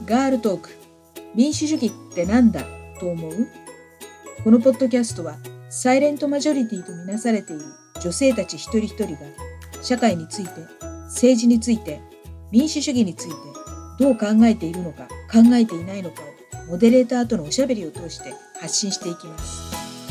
ガールトーク、民主主義ってなんだと思う？このポッドキャストはサイレントマジョリティとみなされている女性たち一人一人が社会について、政治について、民主主義についてどう考えているのか考えていないのかをモデレーターとのおしゃべりを通して発信していきます。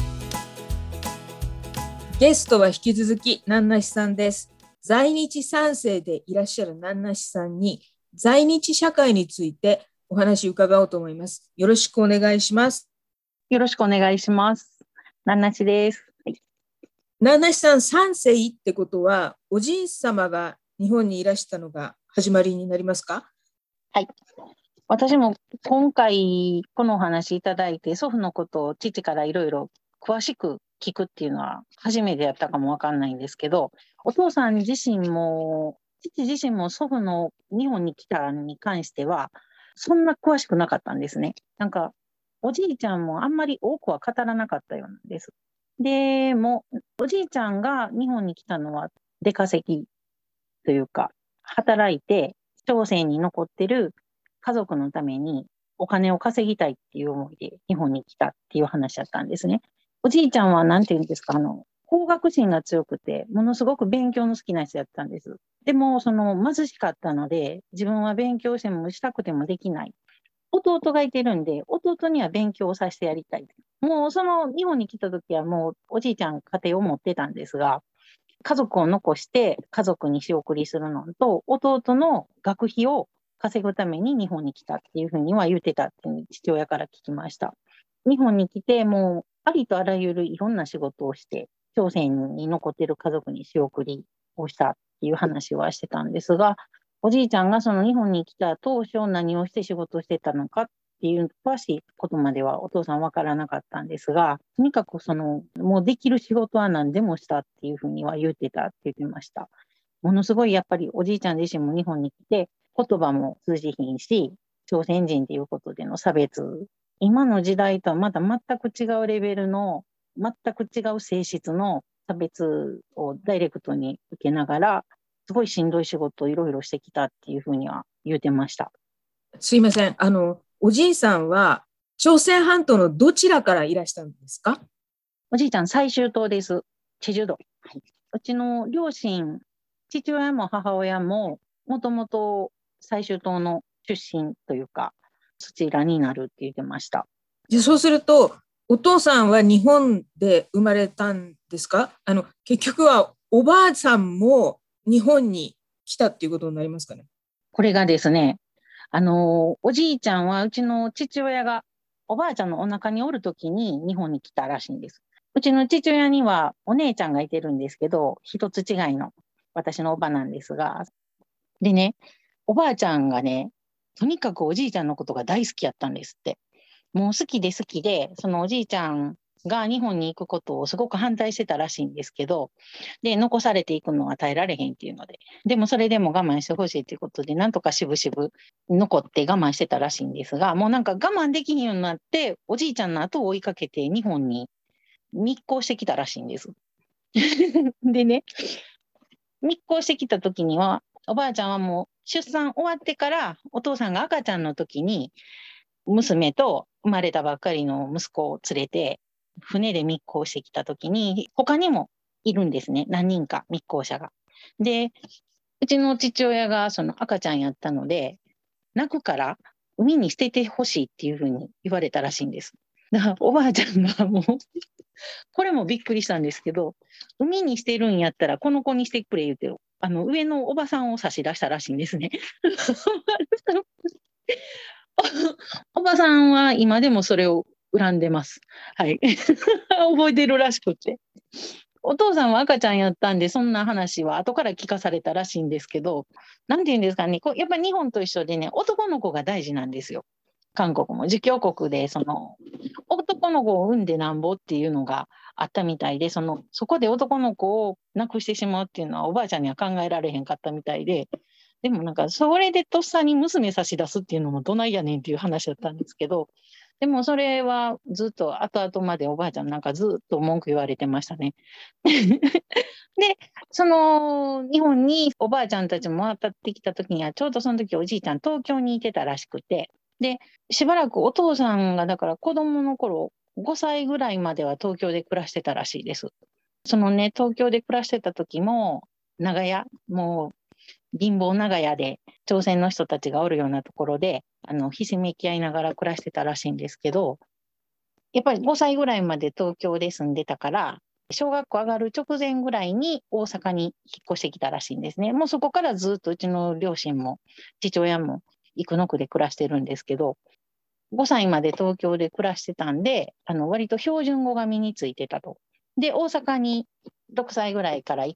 ゲストは引き続きナンナシさんです。在日三世でいらっしゃるナンナシさんに在日社会についてお話を伺おうと思います。よろしくお願いします。 よろしくお願いします。ナンナシです。 ナンナシさん、三世ってことはおじい様が日本にいらしたのが始まりになりますか？ はい。私も今回このお話いただいて、祖父のことを父からいろいろ詳しく聞くっていうのは初めてやったかもわかんないんですけど、お父さん自身も、父自身も祖父の日本に来たに関しては、そんな詳しくなかったんですね。なんか、おじいちゃんもあんまり多くは語らなかったようなんです。でも、おじいちゃんが日本に来たのは出稼ぎというか、働いて朝鮮に残ってる家族のためにお金を稼ぎたいっていう思いで日本に来たっていう話だったんですね。おじいちゃんはなんていうんですか、工学心が強くて、ものすごく勉強の好きな人だったんです。でも、貧しかったので、自分は勉強してもしたくてもできない。弟がいてるんで、弟には勉強をさせてやりたい。もう日本に来た時はもうおじいちゃん家庭を持ってたんですが、家族を残して家族に仕送りするのと、弟の学費を稼ぐために日本に来たっていうふうには言ってたっていう父親から聞きました。日本に来て、もうありとあらゆるいろんな仕事をして、朝鮮に残っている家族に仕送りをしたっていう話はしてたんですが、おじいちゃんがその日本に来た当初何をして仕事をしてたのかっていう詳しいことまではお父さん分からなかったんですが、とにかくもうできる仕事は何でもしたっていうふうには言ってたって言ってました。ものすごいやっぱりおじいちゃん自身も日本に来て言葉も通じひんし、朝鮮人ということでの差別、今の時代とはまた全く違うレベルの、全く違う性質の差別をダイレクトに受けながら、すごいしんどい仕事をいろいろしてきたっていうふうには言ってました。 すいません。おじいさんは朝鮮半島のどちらからいらしたんですか？ おじいちゃん、最終島です。チェジュ島。はい。うちの両親、父親も母親も、もともと最終島の出身というか、そちらになるって言ってました。 じゃあそうすると、お父さんは日本で生まれたんですか？結局はおばあさんも日本に来たっていうことになりますかね？ これがですね、おじいちゃんはうちの父親がおばあちゃんのお腹におるときに日本に来たらしいんです。うちの父親にはお姉ちゃんがいてるんですけど、一つ違いの私のおばなんですが、でね、おばあちゃんがね、とにかくおじいちゃんのことが大好きやったんですって。もう好きで好きで、そのおじいちゃんが日本に行くことをすごく反対してたらしいんですけど、で、残されていくのは耐えられへんっていうので、でもそれでも我慢してほしいっていうことで、なんとかしぶしぶ残って我慢してたらしいんですが、もうなんか我慢できひんようになって、おじいちゃんの後を追いかけて日本に密航してきたらしいんです。でね、密航してきた時には、おばあちゃんはもう出産終わってからお父さんが赤ちゃんの時に娘と生まれたばっかりの息子を連れて船で密航してきた時に他にもいるんですね、何人か密航者が。で、うちの父親がその赤ちゃんやったので、泣くから海に捨ててほしいっていうふうに言われたらしいんです。だからおばあちゃんがもうこれもびっくりしたんですけど、海に捨てるんやったらこの子にしてくれ言うて、上のおばさんを差し出したらしいんですね。おばさんは今でもそれを恨んでます。はい。覚えてるらしくって。お父さんは赤ちゃんやったんで、そんな話は後から聞かされたらしいんですけど、なんて言うんですかね、やっぱり日本と一緒でね、男の子が大事なんですよ。韓国も自強国で、男の子を産んでなんぼっていうのがあったみたいで、そこで男の子を亡くしてしまうっていうのはおばあちゃんには考えられへんかったみたいで、でもなんか、それでとっさに娘差し出すっていうのもどないやねんっていう話だったんですけど、でもそれはずっと後々までおばあちゃんなんかずっと文句言われてましたね。で、日本におばあちゃんたちも渡ってきた時には、ちょうどその時おじいちゃん東京にいてたらしくて、 で、しばらくお父さんがだから子供の頃、5歳ぐらいまでは東京で暮らしてたらしいです。そのね、東京で暮らしてた時も、長屋、もう貧乏長屋で、朝鮮の人たちがおるようなところで、ひしめき合いながら暮らしてたらしいんですけど、やっぱり5歳ぐらいまで東京で住んでたから、小学校上がる直前ぐらいに大阪に引っ越してきたらしいんですね。もうそこからずっとうちの両親も父親も生野区で暮らしてるんですけど、5歳まで東京で暮らしてたんで、割と標準語が身についてたと。で、大阪に6歳ぐらいから行って、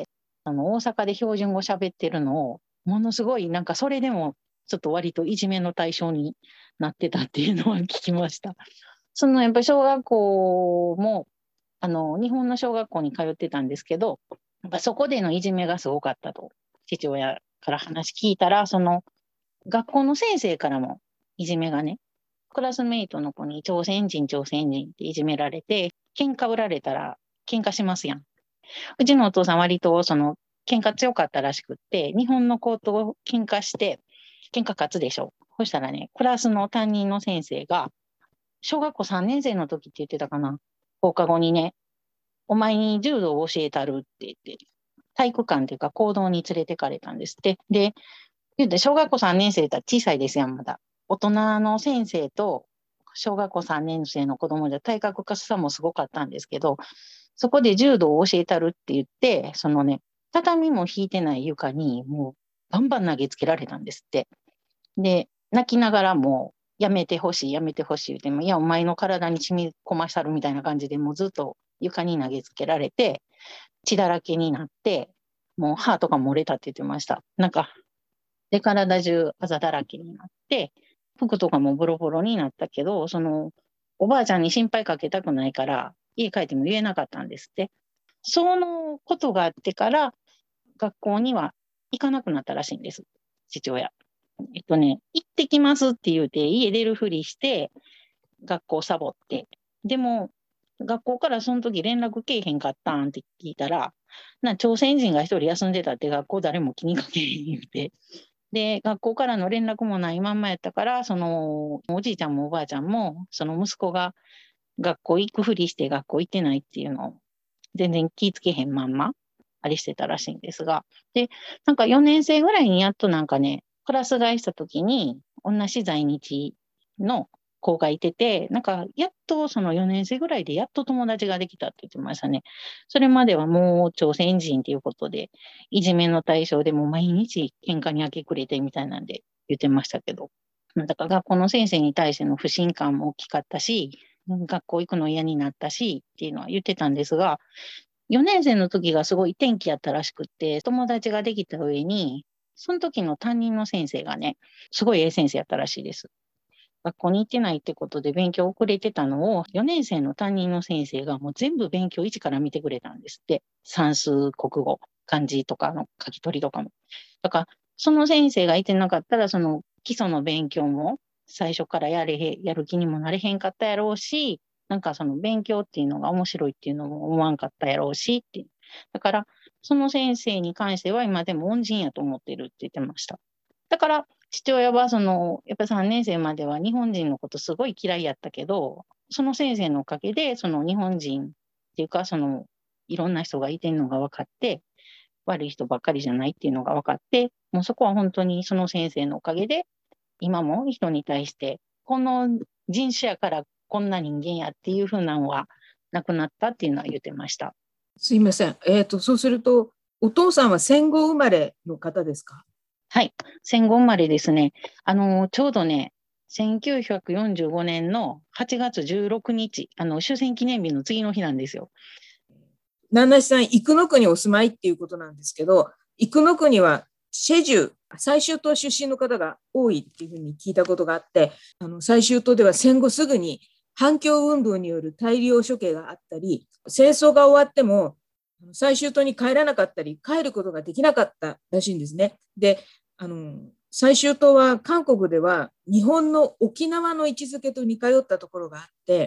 大阪で標準語喋ってるのを、ものすごい、なんかそれでも、ちょっと割といじめの対象になってたっていうのは聞きました。やっぱり小学校も、日本の小学校に通ってたんですけど、やっぱそこでのいじめがすごかったと、父親から話聞いたら、学校の先生からもいじめがね、クラスメイトの子に朝鮮人、朝鮮人っていじめられて、喧嘩売られたら喧嘩しますやん。うちのお父さん割と喧嘩強かったらしくって、日本の子と喧嘩して、喧嘩勝つでしょ。そしたらね、クラスの担任の先生が、小学校3年生の時って言ってたかな。放課後にね、お前に柔道を教えたるって言って、体育館っていうか行動に連れてかれたんですって。で、言うて小学校3年生だったら小さいですやん、まだ。大人の先生と小学校3年生の子供じゃ体格差もすごかったんですけど、そこで柔道を教えたるって言って、畳も引いてない床にもうバンバン投げつけられたんですって。で、泣きながらもやめてほしい、やめてほしい言っても、いや、お前の体に染み込まさるみたいな感じでもうずっと床に投げつけられて、血だらけになって、もう歯とか漏れたって言ってました。なんか、で、体中あざだらけになって、服とかもボロボロになったけど、おばあちゃんに心配かけたくないから、家帰っても言えなかったんですって。そのことがあってから、学校には行かなくなったらしいんです、父親。行ってきますって言うて、家出るふりして、学校サボって。でも、学校からその時連絡けえへんかったんって聞いたら、朝鮮人が一人休んでたって学校誰も気にかけへん言うて。で、学校からの連絡もないまんまやったから、おじいちゃんもおばあちゃんも、その息子が学校行くふりして学校行ってないっていうのを全然気ぃつけへんまんま、あれしてたらしいんですが。で、なんか4年生ぐらいにやっとなんかね、クラス替えした時に、同じ在日の子がいてて、なんかやっとその4年生ぐらいでやっと友達ができたって言ってましたね。それまではもう朝鮮人っていうことで、いじめの対象でもう毎日喧嘩に明け暮れてみたいなんで言ってましたけど。だから学校の先生に対しての不信感も大きかったし、学校行くの嫌になったしっていうのは言ってたんですが、4年生の時がすごい転機やったらしくって、友達ができた上に、その時の担任の先生がね、すごいええ先生やったらしいです。学校に行ってないってことで勉強遅れてたのを、4年生の担任の先生がもう全部勉強一から見てくれたんですって。算数、国語、漢字とかの書き取りとかも。だから、その先生がいてなかったら、その基礎の勉強も最初からやる気にもなれへんかったやろうし、なんかその勉強っていうのが面白いっていうのも思わんかったやろうしって。だから、その先生に関しては今でも恩人やと思ってるって言ってました。だから、父親はやっぱり3年生までは日本人のことすごい嫌いやったけど、その先生のおかげで、その日本人っていうか、いろんな人がいてるのが分かって、悪い人ばっかりじゃないっていうのが分かって、もうそこは本当にその先生のおかげで、今も人に対して、この人種やからこんな人間やっていうふうなのはなくなったっていうのは言ってました。 すいません。そうすると、お父さんは戦後生まれの方ですか？ はい。戦後生まれですね。ちょうどね、1945年の8月16日、終戦記念日の次の日なんですよ。 旦那さん、生野区にお住まいっていうことなんですけど、生野区にはチェジュ、最終島出身の方が多いっていうふうに聞いたことがあって、最終島では戦後すぐに反共運動による大量処刑があったり、戦争が終わっても最終島に帰らなかったり、帰ることができなかったらしいんですね。で、最終島は韓国では日本の沖縄の位置づけと似通ったところがあって、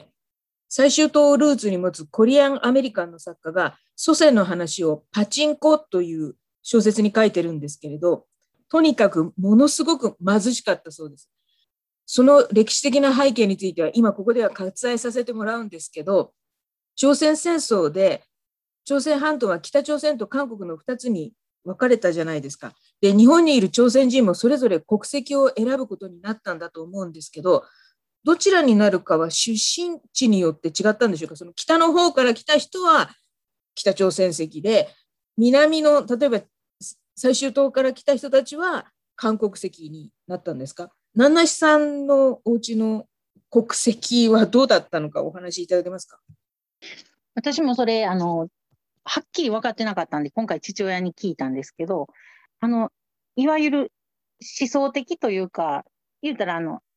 最終島をルーツに持つコリアンアメリカンの作家が祖先の話をパチンコという小説に書いてるんですけれど、とにかくものすごく貧しかったそうです。 その歴史的な背景については今ここでは割愛させてもらうんですけど、朝鮮戦争で朝鮮半島は北朝鮮と韓国の2つに分かれたじゃないですか。で、日本にいる朝鮮人もそれぞれ国籍を選ぶことになったんだと思うんですけど、どちらになるかは出身地によって違ったんでしょうか。その北の方から来た人は北朝鮮籍で、南の例えば最終島から来た人たちは韓国籍になったんですか。ナナシさんのお家の国籍はどうだったのかお話しいただけますか。 私もそれ、はっきり分かってなかったんで、今回父親に聞いたんですけど、いわゆる思想的というか、言うたら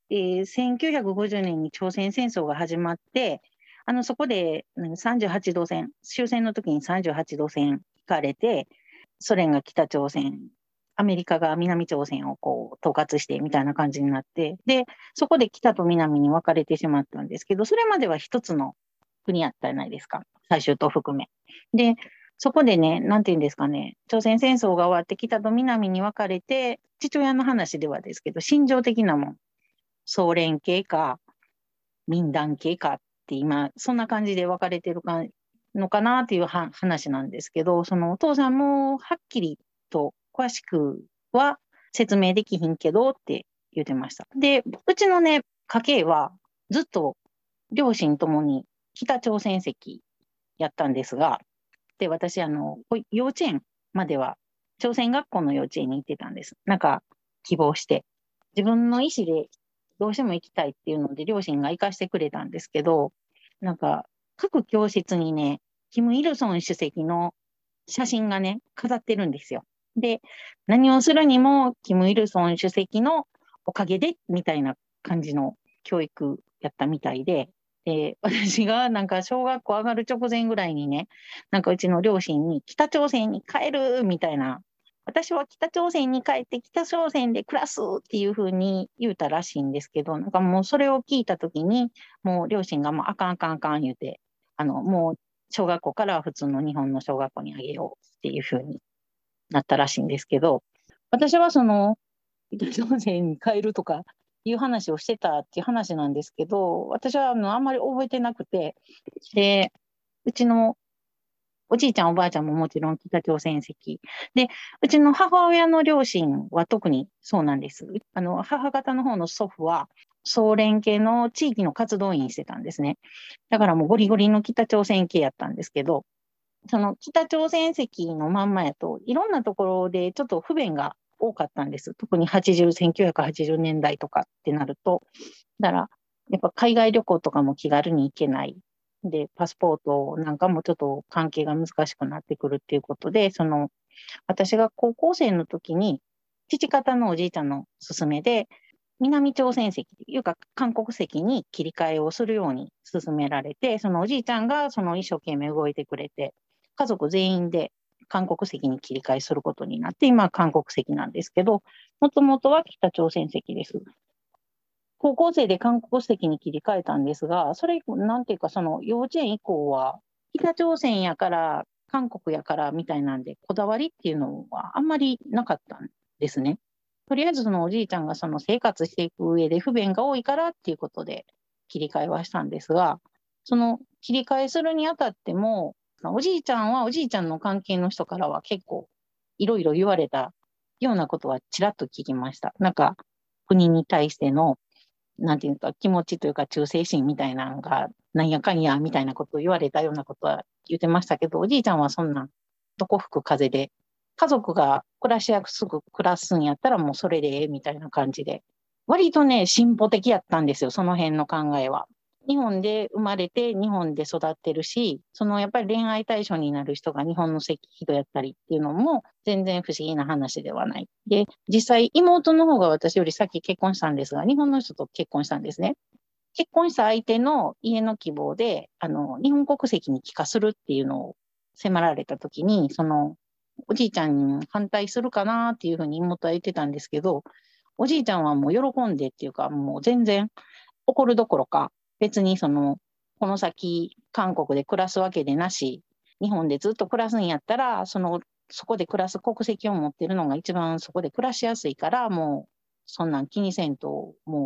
1950年に朝鮮戦争が始まって、そこで38度線、終戦の時に38度線引かれて、ソ連が北朝鮮、アメリカが南朝鮮をこう統括してみたいな感じになって、で、そこで北と南に分かれてしまったんですけど、それまでは一つの国やったじゃないですか。最終島含め。で、そこでね、なんていうんですかね、朝鮮戦争が終わって北と南に分かれて、父親の話ではですけど、心情的なもん、総連系か、民団系かって今、そんな感じで分かれてるのかなっていう話なんですけど、そのお父さんもはっきりと詳しくは説明できひんけどって言ってました。で、うちのね、家系はずっと両親ともに北朝鮮籍やったんですが、で、私、幼稚園までは朝鮮学校の幼稚園に行ってたんです。なんか、希望して。自分の意思でどうしても行きたいっていうので、両親が行かしてくれたんですけど、なんか、各教室にね、キム・イルソン主席の写真がね、飾ってるんですよ。で、何をするにも、キム・イルソン主席のおかげで、みたいな感じの教育やったみたいで、私がなんか小学校上がる直前ぐらいにね、なんかうちの両親に北朝鮮に帰るみたいな、私は北朝鮮に帰って北朝鮮で暮らすっていうふうに言うたらしいんですけど、なんかもうそれを聞いたときに、もう両親がもうあかんあかんあかん言うて、もう小学校からは普通の日本の小学校にあげようっていうふうになったらしいんですけど、私はその北朝鮮に帰るとかいう話をしてたっていう話なんですけど、私はあんまり覚えてなくて、で、うちのおじいちゃんおばあちゃんももちろん北朝鮮籍。で、うちの母親の両親は特にそうなんです。母方の方の祖父は総連系の地域の活動員してたんですね。だからもうゴリゴリの北朝鮮系やったんですけど、その北朝鮮籍のまんまやと、いろんなところでちょっと不便が多かったんです。特に1980年代とかってなると。だから、やっぱ海外旅行とかも気軽に行けない。で、パスポートなんかもちょっと関係が難しくなってくるっていうことで、私が高校生の時に、父方のおじいちゃんの勧めで、南朝鮮籍というか韓国籍に切り替えをするように勧められて、そのおじいちゃんがその一生懸命動いてくれて、家族全員で韓国籍に切り替えすることになって、今は韓国籍なんですけど、もともとは北朝鮮籍です。高校生で韓国籍に切り替えたんですが、それ以降、なんていうか、その幼稚園以降は、北朝鮮やから、韓国やからみたいなんで、こだわりっていうのはあんまりなかったんですね。とりあえずそのおじいちゃんがその生活していく上で不便が多いからっていうことで切り替えはしたんですが、その切り替えするにあたっても、おじいちゃんはおじいちゃんの関係の人からは結構いろいろ言われたようなことはちらっと聞きました。なんか国に対してのなんていうか、気持ちというか忠誠心みたいなのが、なんやかんやみたいなことを言われたようなことは言ってましたけど、おじいちゃんはそんな、どこ吹く風で、家族が暮らしやすく暮らすんやったらもうそれでええみたいな感じで、割とね、進歩的やったんですよ、その辺の考えは。日本で生まれて日本で育ってるし、やっぱり恋愛対象になる人が日本の人やったりっていうのも全然不思議な話ではない。で、実際妹の方が私より先結婚したんですが、日本の人と結婚したんですね。結婚した相手の家の希望で、日本国籍に帰化するっていうのを迫られたときに、おじいちゃんに反対するかなっていうふうに妹は言ってたんですけど、おじいちゃんはもう喜んでっていうか、もう全然怒るどころか、別にこの先、韓国で暮らすわけでなし、日本でずっと暮らすんやったら、そこで暮らす国籍を持ってるのが一番そこで暮らしやすいから、もう、そんなん気にせんと、もう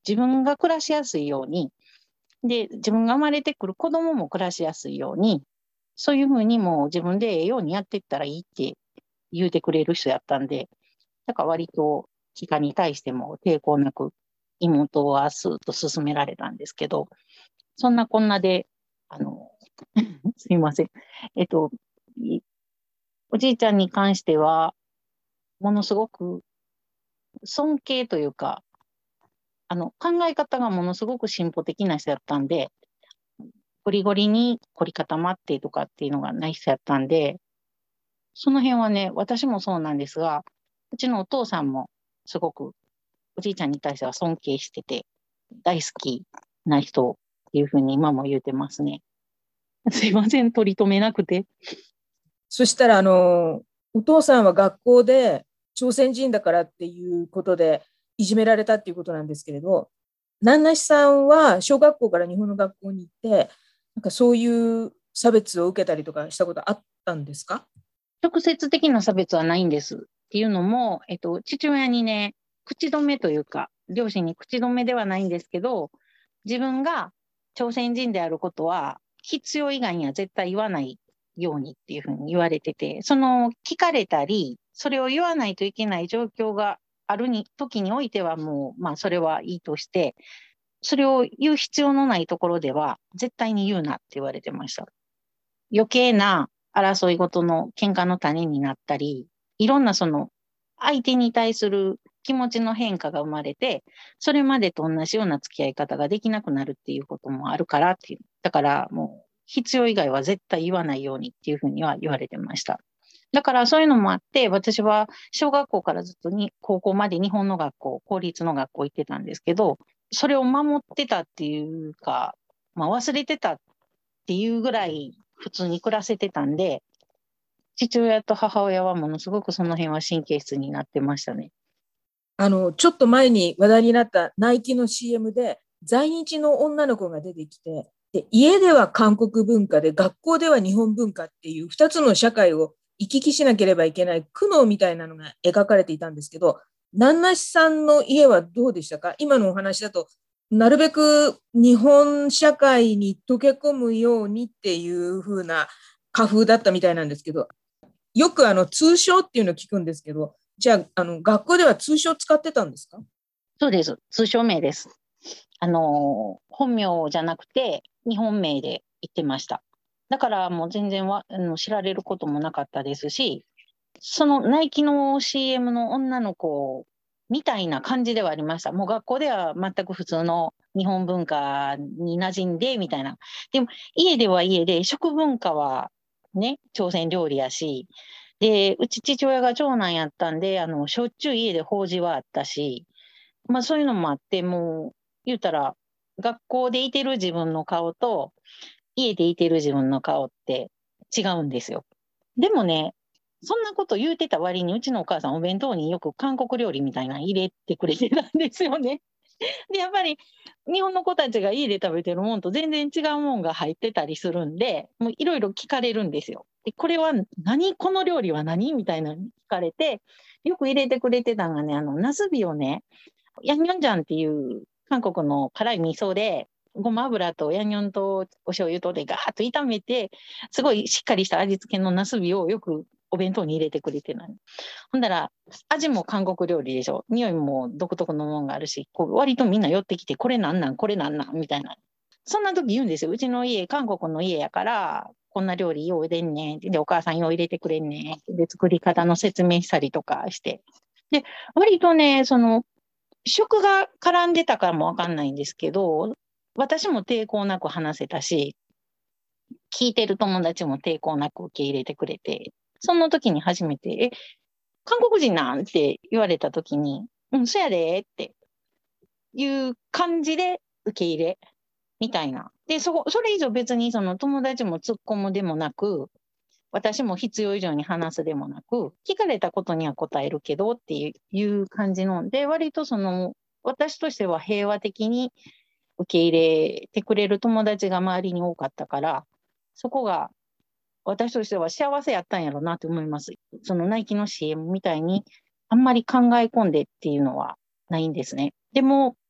自分が暮らしやすいように、で、自分が生まれてくる子供も暮らしやすいように、そういうふうにもう自分でええようにやっていったらいいって言うてくれる人やったんで、だから割と帰化に対しても抵抗なく妹はスーッと進められたんですけど、そんなこんなで、あの、すいません。えっと、おじいちゃんに関しては、ものすごく尊敬というか、考え方がものすごく進歩的な人やったんで、ゴリゴリに凝り固まってとかっていうのがない人やったんで、その辺はね、私もそうなんですが、うちのお父さんもすごくおじいちゃんに対しては尊敬してて、大好きな人っていうふうに今も言うてますね。すいません、取り留めなくて。 そしたら、お父さんは学校で朝鮮人だからっていうことでいじめられたっていうことなんですけれど、南なしさんは小学校から日本の学校に行って、なんかそういう差別を受けたりとかしたことあったんですか？ 直接的な差別はないんです。っていうのも、父親にね、口止めというか、両親に口止めではないんですけど、自分が朝鮮人であることは、必要以外には絶対言わないようにっていうふうに言われてて、聞かれたり、それを言わないといけない状況がある時においてはもう、まあそれはいいとして、それを言う必要のないところでは、絶対に言うなって言われてました。余計な争いごとの喧嘩の種になったり、いろんな相手に対する気持ちの変化が生まれて、それまでと同じような付き合い方ができなくなるっていうこともあるからっていう。だからもう必要以外は絶対言わないようにっていうふうには言われてました。だからそういうのもあって、私は小学校からずっと高校まで日本の学校、公立の学校行ってたんですけど、それを守ってたっていうか、まあ忘れてたっていうぐらい普通に暮らせてたんで、父親と母親はものすごくその辺は神経質になってましたね。 ちょっと前に話題になったナイキの CM で在日の女の子が出てきて、で家では韓国文化で学校では日本文化っていう2つの社会を行き来しなければいけない苦悩みたいなのが描かれていたんですけど、南なしさんの家はどうでしたか？今のお話だと、なるべく日本社会に溶け込むようにっていう風な家風だったみたいなんですけど、よく通称っていうのを聞くんですけど、じゃあ、学校では通称使ってたんですか？ そうです。通称名です。本名じゃなくて、日本名で言ってました。だからもう全然知られることもなかったですし、そのナイキの CM の女の子みたいな感じではありました。もう学校では全く普通の日本文化に馴染んでみたいな。でも家では家で食文化はね、朝鮮料理やし、で、うち父親が長男やったんで、しょっちゅう家で法事はあったし、まあそういうのもあって、もう言うたら、学校でいてる自分の顔と、家でいてる自分の顔って違うんですよ。でもね、そんなこと言うてた割に、うちのお母さんお弁当によく韓国料理みたいなの入れてくれてたんですよね。で、やっぱり日本の子たちが家で食べてるもんと全然違うもんが入ってたりするんで、もういろいろ聞かれるんですよ。で、これは何この料理は何みたいなの聞かれて、よく入れてくれてたのがね、ナスビをね、ヤンニョンジャンっていう韓国の辛い味噌で、ごま油とヤンニョンとお醤油とでガーッと炒めて、すごいしっかりした味付けのナスビをよくお弁当に入れてくれてない。ほんだら、味も韓国料理でしょ。匂いも独特のものがあるし、割とみんな寄ってきて、これなんなんこれなんなんみたいな。そんな時言うんですよ。うちの家、韓国の家やから、こんな料理よう入れんねん。で、お母さんよう入れてくれんねん。で、作り方の説明したりとかして。で、割とね、食が絡んでたかもわかんないんですけど、私も抵抗なく話せたし、聞いてる友達も抵抗なく受け入れてくれて、その時に初めて、韓国人なんて言われた時に、うん、そやでっていう感じで受け入れみたいな。で、それ以上別にその友達も突っ込むでもなく、私も必要以上に話すでもなく、聞かれたことには答えるけどっていう感じので、割と私としては平和的に受け入れてくれる友達が周りに多かったから、そこが私としては幸せやったんやろうなと思います。そのナイキの CM みたいに、あんまり考え込んでっていうのはないんですね。でも、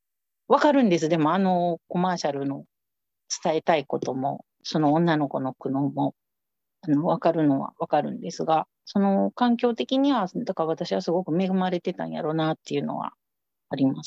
わかるんです。でもコマーシャルの伝えたいことも、その女の子の苦悩も、わかるのはわかるんですが、その環境的には、だから私はすごく恵まれてたんやろうなっていうのはあります。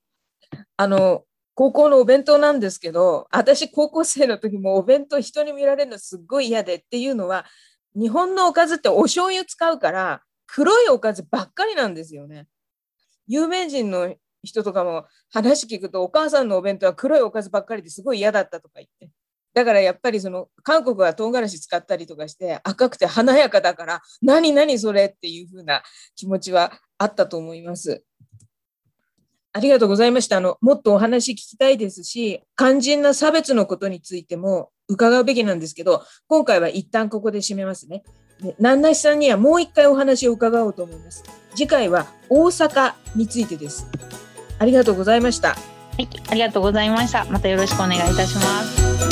高校のお弁当なんですけど、私高校生の時もお弁当人に見られるのすっごい嫌でっていうのは、日本のおかずってお醤油使うから黒いおかずばっかりなんですよね。有名人の人とかも話聞くと、お母さんのお弁当は黒いおかずばっかりですごい嫌だったとか言って。だからやっぱりその韓国は唐辛子使ったりとかして赤くて華やかだから、何何それっていう風な気持ちはあったと思います。ありがとうございました。もっとお話聞きたいですし、肝心な差別のことについても伺うべきなんですけど、今回は一旦ここで締めますね。南梨さんにはもう一回お話を伺おうと思います。次回は大阪についてです。ありがとうございました。はい、ありがとうございました。またよろしくお願いいたします。